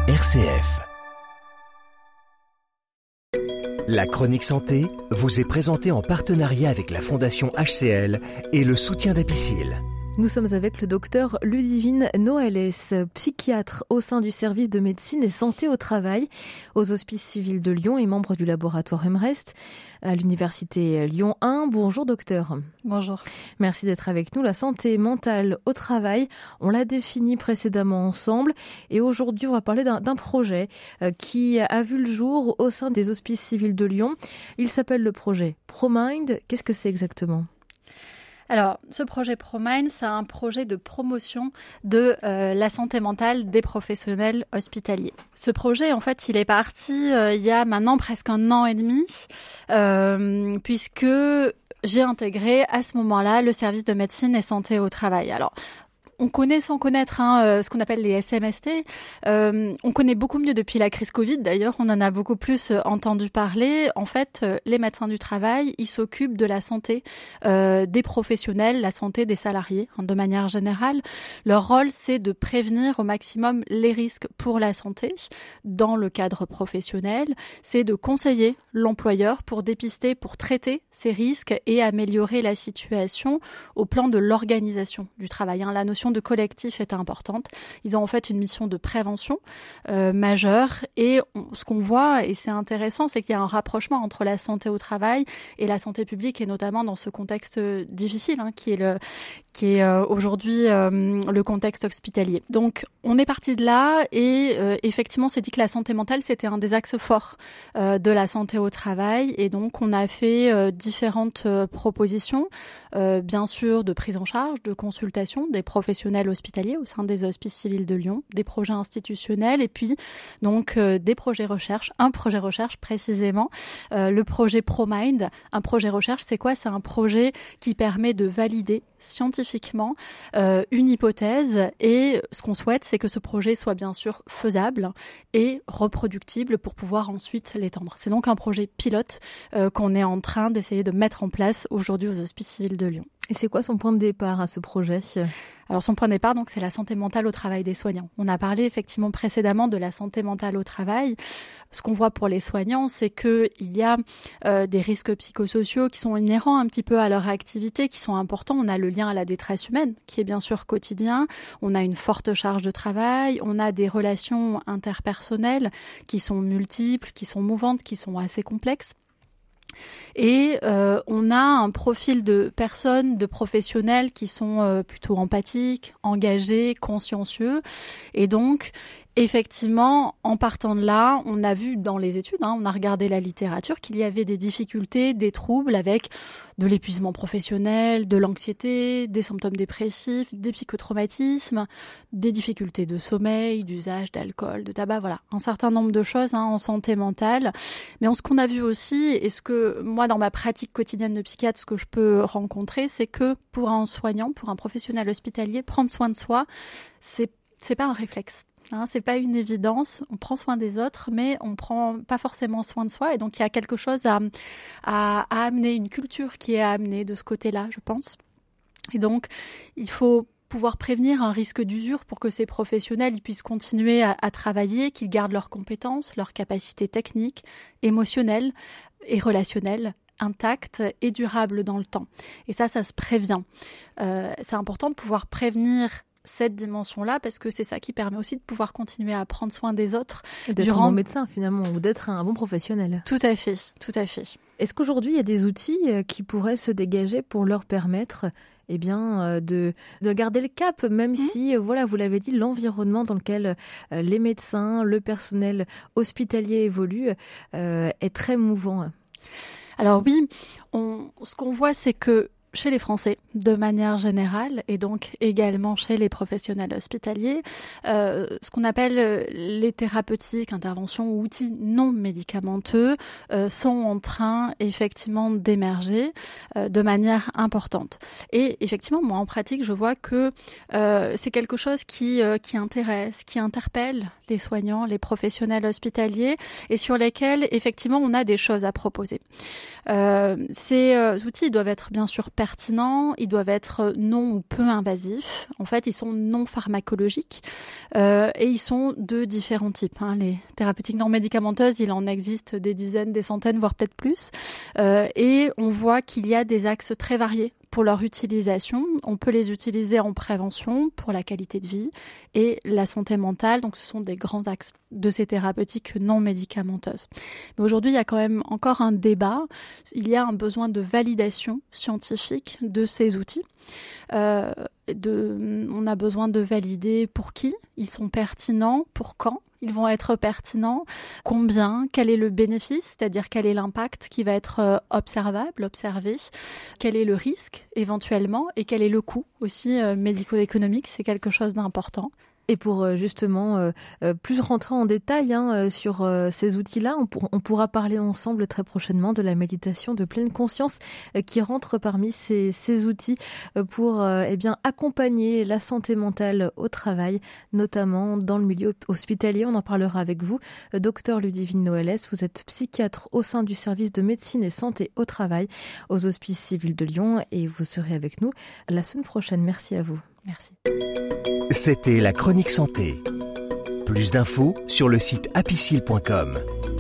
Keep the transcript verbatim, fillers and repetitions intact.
R C F. La chronique santé vous est présentée en partenariat avec la Fondation H C L et le soutien d'Apicil. Nous sommes avec le docteur Ludivine Noëllès, psychiatre au sein du service de médecine et santé au travail aux Hospices civils de Lyon et membre du laboratoire Emrest à l'université Lyon un. Bonjour docteur. Bonjour. Merci d'être avec nous. La santé mentale au travail, on l'a définie précédemment ensemble et aujourd'hui on va parler d'un, d'un projet qui a vu le jour au sein des Hospices civils de Lyon. Il s'appelle le projet ProMind. Qu'est-ce que c'est exactement ? Alors, ce projet ProMind, c'est un projet de promotion de euh, la santé mentale des professionnels hospitaliers. Ce projet, en fait, il est parti euh, il y a maintenant presque un an et demi, euh, puisque j'ai intégré à ce moment-là le service de médecine et santé au travail. Alors, on connaît sans connaître hein, ce qu'on appelle les S M S T. Euh, on connaît beaucoup mieux depuis la crise Covid. D'ailleurs, on en a beaucoup plus entendu parler. En fait, les médecins du travail, ils s'occupent de la santé euh, des professionnels, la santé des salariés, hein, de manière générale. Leur rôle, c'est de prévenir au maximum les risques pour la santé dans le cadre professionnel. C'est de conseiller l'employeur pour dépister, pour traiter ces risques et améliorer la situation au plan de l'organisation du travail. Hein. La notion de collectif est importante. Ils ont en fait une mission de prévention euh, majeure et on, ce qu'on voit, et c'est intéressant, c'est qu'il y a un rapprochement entre la santé au travail et la santé publique, et notamment dans ce contexte difficile hein, qui est, le, qui est euh, aujourd'hui euh, le contexte hospitalier. Donc on est parti de là et euh, effectivement on s'est dit que la santé mentale c'était un des axes forts euh, de la santé au travail, et donc on a fait euh, différentes euh, propositions, euh, bien sûr de prise en charge, de consultation des professionnels hospitaliers au sein des Hospices civils de Lyon, des projets institutionnels et puis donc euh, des projets recherche, un projet recherche précisément, euh, le projet ProMind. Un projet recherche, c'est quoi ? C'est un projet qui permet de valider scientifiquement euh, une hypothèse, et ce qu'on souhaite, c'est que ce projet soit bien sûr faisable et reproductible pour pouvoir ensuite l'étendre. C'est donc un projet pilote euh, qu'on est en train d'essayer de mettre en place aujourd'hui aux Hospices civils de Lyon. Et c'est quoi son point de départ à ce projet ? Alors son point de départ, donc, c'est la santé mentale au travail des soignants. On a parlé effectivement précédemment de la santé mentale au travail. Ce qu'on voit pour les soignants, c'est qu'il y a euh, des risques psychosociaux qui sont inhérents un petit peu à leur activité, qui sont importants. On a le lien à la détresse humaine, qui est bien sûr quotidien. On a une forte charge de travail. On a des relations interpersonnelles qui sont multiples, qui sont mouvantes, qui sont assez complexes. Et euh, on a un profil de personnes, de professionnels qui sont euh, plutôt empathiques, engagés, consciencieux. Et donc, effectivement, en partant de là, on a vu dans les études, hein, on a regardé la littérature, qu'il y avait des difficultés, des troubles avec de l'épuisement professionnel, de l'anxiété, des symptômes dépressifs, des psychotraumatismes, des difficultés de sommeil, d'usage d'alcool, de tabac, voilà, un certain nombre de choses hein, en santé mentale. Mais ce qu'on a vu aussi, et ce que moi, dans ma pratique quotidienne de psychiatre, ce que je peux rencontrer, c'est que pour un soignant, pour un professionnel hospitalier, prendre soin de soi, c'est, c'est pas un réflexe. Hein, c'est pas une évidence, on prend soin des autres, mais on prend pas forcément soin de soi, et donc il y a quelque chose à, à, à amener, une culture qui est à amener de ce côté-là, je pense. Et donc, il faut pouvoir prévenir un risque d'usure pour que ces professionnels ils puissent continuer à, à travailler, qu'ils gardent leurs compétences, leurs capacités techniques, émotionnelles et relationnelles intactes et durables dans le temps. Et ça, ça se prévient. Euh, c'est important de pouvoir prévenir cette dimension-là, parce que c'est ça qui permet aussi de pouvoir continuer à prendre soin des autres. Et d'être durant... un bon médecin finalement, ou d'être un bon professionnel. Tout à fait, tout à fait. Est-ce qu'aujourd'hui il y a des outils qui pourraient se dégager pour leur permettre eh bien, de, de garder le cap, même mmh. si, voilà, vous l'avez dit, l'environnement dans lequel les médecins, le personnel hospitalier évolue euh, est très mouvant ? Alors oui, on, ce qu'on voit, c'est que chez les Français, de manière générale, et donc également chez les professionnels hospitaliers, euh, ce qu'on appelle les thérapeutiques, interventions ou outils non médicamenteux euh, sont en train effectivement d'émerger euh, de manière importante. Et effectivement, moi en pratique, je vois que euh, c'est quelque chose qui, euh, qui intéresse, qui interpelle les soignants, les professionnels hospitaliers, et sur lesquels effectivement on a des choses à proposer. Euh, ces euh, outils doivent être bien sûr pertinents, ils doivent être non ou peu invasifs. En fait, ils sont non pharmacologiques euh, et ils sont de différents types. Hein. Les thérapeutiques non médicamenteuses, il en existe des dizaines, des centaines, voire peut-être plus. Euh, et on voit qu'il y a des axes très variés pour leur utilisation. On peut les utiliser en prévention pour la qualité de vie et la santé mentale. Donc, ce sont des grands axes de ces thérapeutiques non médicamenteuses. Mais aujourd'hui, il y a quand même encore un débat. Il y a un besoin de validation scientifique de ces outils. Euh, de, on a besoin de valider pour qui ils sont pertinents, pour quand ils vont être pertinents, combien, quel est le bénéfice, c'est-à-dire quel est l'impact qui va être observable, observé, quel est le risque éventuellement et quel est le coût aussi euh, médico-économique, c'est quelque chose d'important. Et pour justement euh, euh, plus rentrer en détail hein, sur euh, ces outils-là, on, pour, on pourra parler ensemble très prochainement de la méditation de pleine conscience euh, qui rentre parmi ces, ces outils euh, pour euh, eh bien, accompagner la santé mentale au travail, notamment dans le milieu hospitalier. On en parlera avec vous. Euh, Docteur Ludivine Noëllès, vous êtes psychiatre au sein du service de médecine et santé au travail aux Hospices civils de Lyon et vous serez avec nous la semaine prochaine. Merci à vous. Merci. C'était la Chronique Santé. Plus d'infos sur le site apicil point com.